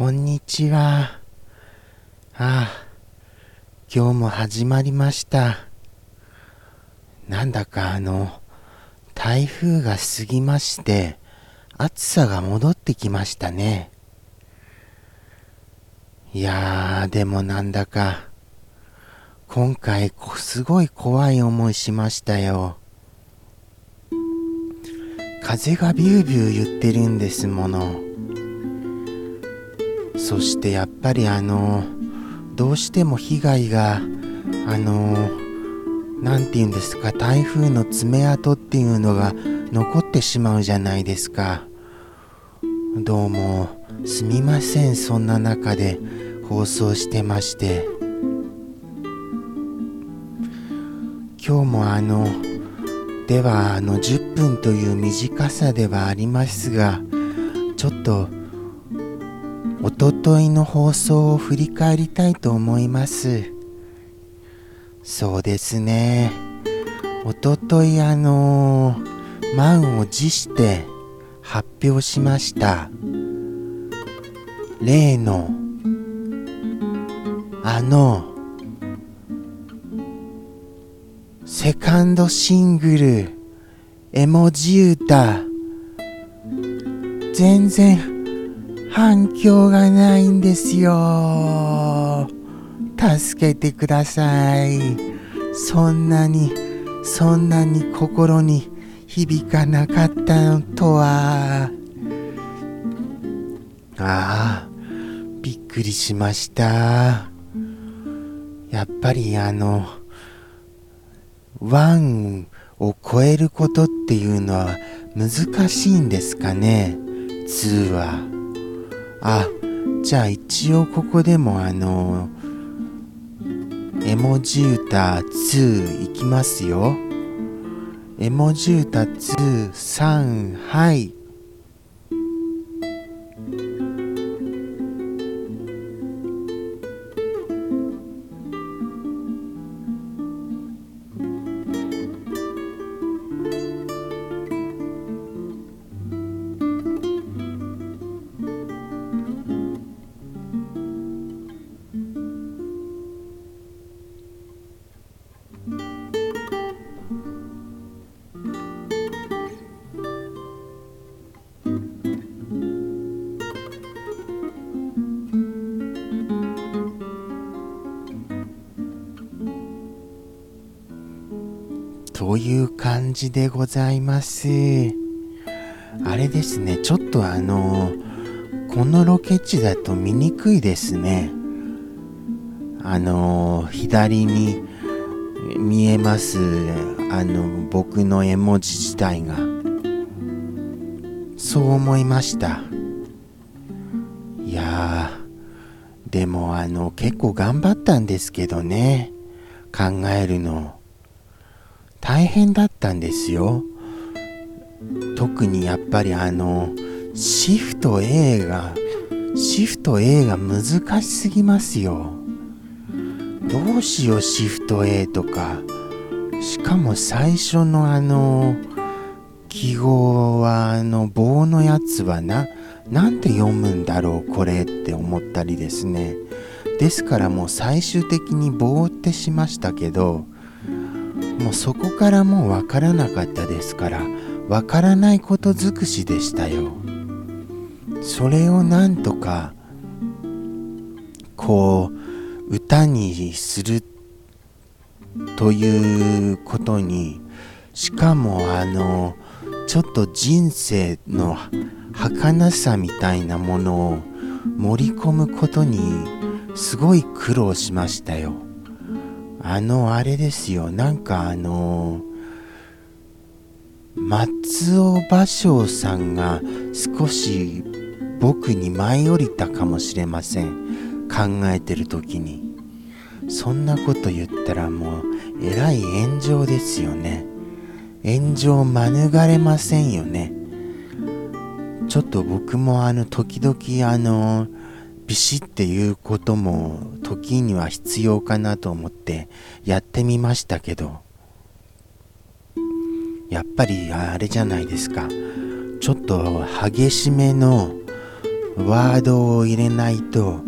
こんにちは。今日も始まりました。なんだか台風が過ぎまして、暑さが戻ってきましたね。いやー、でもなんだか、今回すごい怖い思いしましたよ。風がビュービュー言ってるんですもの。そしてやっぱりどうしても被害がなんて言うんですか、台風の爪痕っていうのが残ってしまうじゃないですか。どうもすみません、そんな中で放送してまして。今日もでは10分という短さではありますが、ちょっとおとといの放送を振り返りたいと思います。そうですね、おととい満を持して発表しました例のセカンドシングル絵文字歌、全然反響がないんですよ。助けてください。そんなに心に響かなかったのとは。びっくりしました。やっぱりワンを超えることっていうのは難しいんですかね、2は。じゃあ一応ここでも絵文字歌2いきますよ。絵文字歌2、3、はい。という感じでございます。あれですね、ちょっとこのロケ地だと見にくいですね。左に見えます僕の絵文字自体が。そう思いました。いやー、でも結構頑張ったんですけどね、考えるの大変だったんですよ。特にやっぱりシフト A が難しすぎますよ。どうしよう、シフト A とか。しかも最初の記号は棒のやつはなんて読むんだろうこれって思ったりですね。ですからもう最終的に棒ってしましたけど、もうそこからもう分からなかったですから、分からないこと尽くしでしたよ。それをなんとかこう歌にするということに、しかもちょっと人生の儚さみたいなものを盛り込むことにすごい苦労しましたよ。あれですよ、なんか松尾芭蕉さんが少し僕に舞い降りたかもしれません、考えてる時に。そんなこと言ったらもうえらい炎上ですよね。炎上免れませんよね。ちょっと僕も時々ビシッっていうことも時には必要かなと思ってやってみましたけど、やっぱりあれじゃないですか、ちょっと激しめのワードを入れないと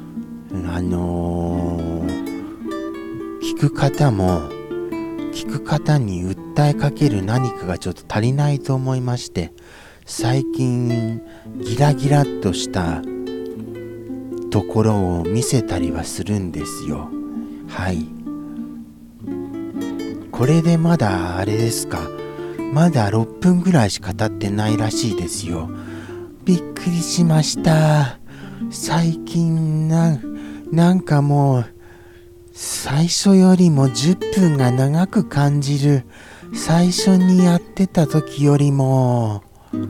聞く方に訴えかける何かがちょっと足りないと思いまして、最近ギラギラっとしたところを見せたりはするんですよ。はい。これでまだあれですか、まだ6分ぐらいしか経ってないらしいですよ。びっくりしました。最近なんかもう最初よりも10分が長く感じる。最初にやってた時よりも、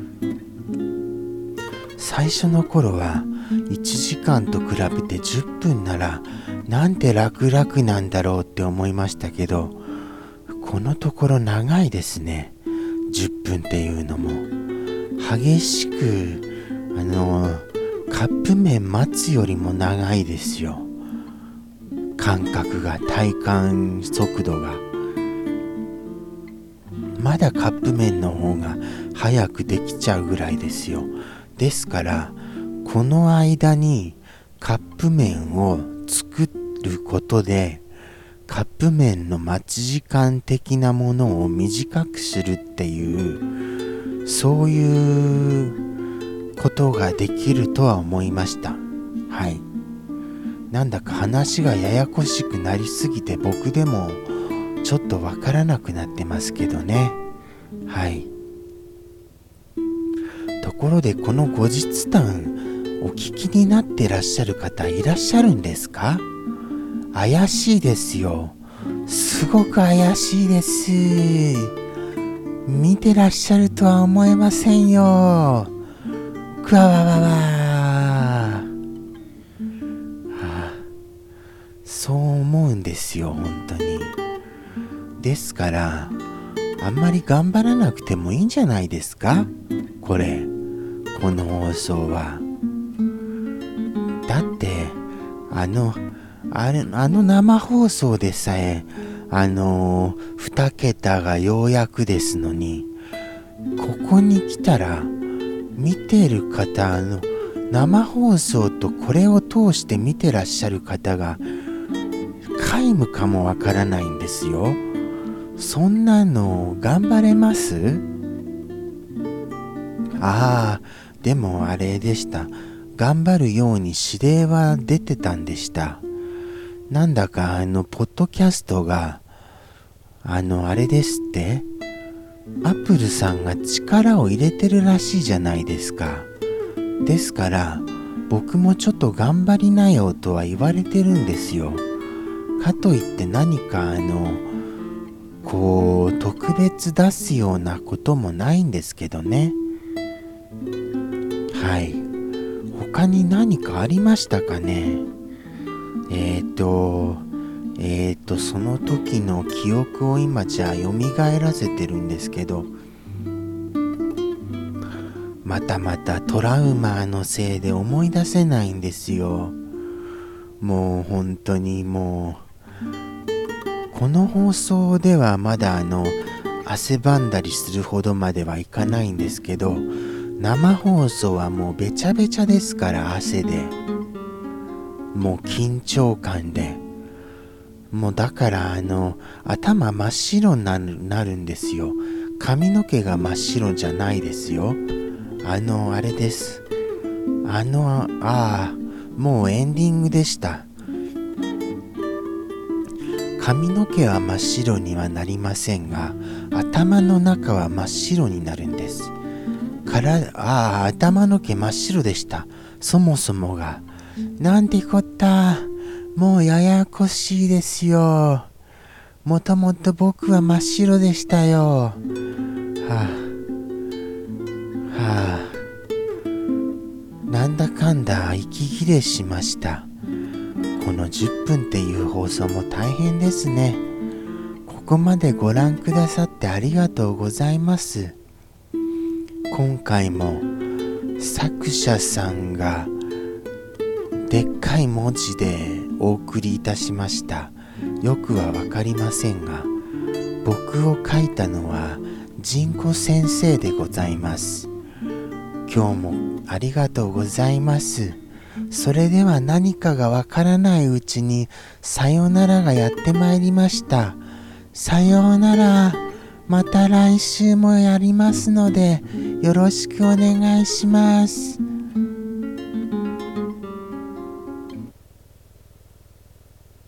最初の頃は1時間と比べて10分ならなんて楽々なんだろうって思いましたけど、このところ長いですね。10分っていうのも激しくカップ麺待つよりも長いですよ。感覚が、体感速度が。まだカップ麺の方が早くできちゃうぐらいですよ。ですからこの間にカップ麺を作ることでカップ麺の待ち時間的なものを短くするっていう、そういうことができるとは思いました。はい。なんだか話がややこしくなりすぎて僕でもちょっとわからなくなってますけどね。はい。ところでこの後日談お聞きになってらっしゃる方いらっしゃるんですか？怪しいですよ。すごく怪しいです。見てらっしゃるとは思えませんよ。くわわわわ。そう思うんですよ、本当に。ですからあんまり頑張らなくてもいいんじゃないですか、この放送は。だって生放送でさえ2桁がようやくですのに、ここに来たら見てる方生放送とこれを通して見てらっしゃる方が皆無かもわからないんですよ。そんなの頑張れます？でもあれでした。頑張るように指令は出てたんでした。なんだかポッドキャストがあれですって、アップルさんが力を入れてるらしいじゃないですか。ですから僕もちょっと頑張りなよとは言われてるんですよ。かといって何か特別出すようなこともないんですけどね。はい。他に何かありましたかね。その時の記憶を今じゃあ蘇らせてるんですけど、またトラウマのせいで思い出せないんですよ。もう本当にこの放送ではまだ汗ばんだりするほどまではいかないんですけど、生放送はもうべちゃべちゃですから、汗でもう緊張感で、もうだから頭真っ白になるんですよ。髪の毛が真っ白じゃないですよ。あれです。もうエンディングでした。髪の毛は真っ白にはなりませんが、頭の中は真っ白になるんです。頭の毛真っ白でした。そもそもが。なんてこった。もうややこしいですよ。もともと僕は真っ白でしたよ。なんだかんだ息切れしました。この10分っていう放送も大変ですね。ここまでご覧くださってありがとうございます。今回も作者さんがでっかい文字でお送りいたしました。よくはわかりませんが、僕を書いたのはジンコ先生でございます。 今日もありがとうございます。それでは何かがわからないうちにさよならがやってまいりました。さようなら。また来週もやりますのでよろしくお願いします。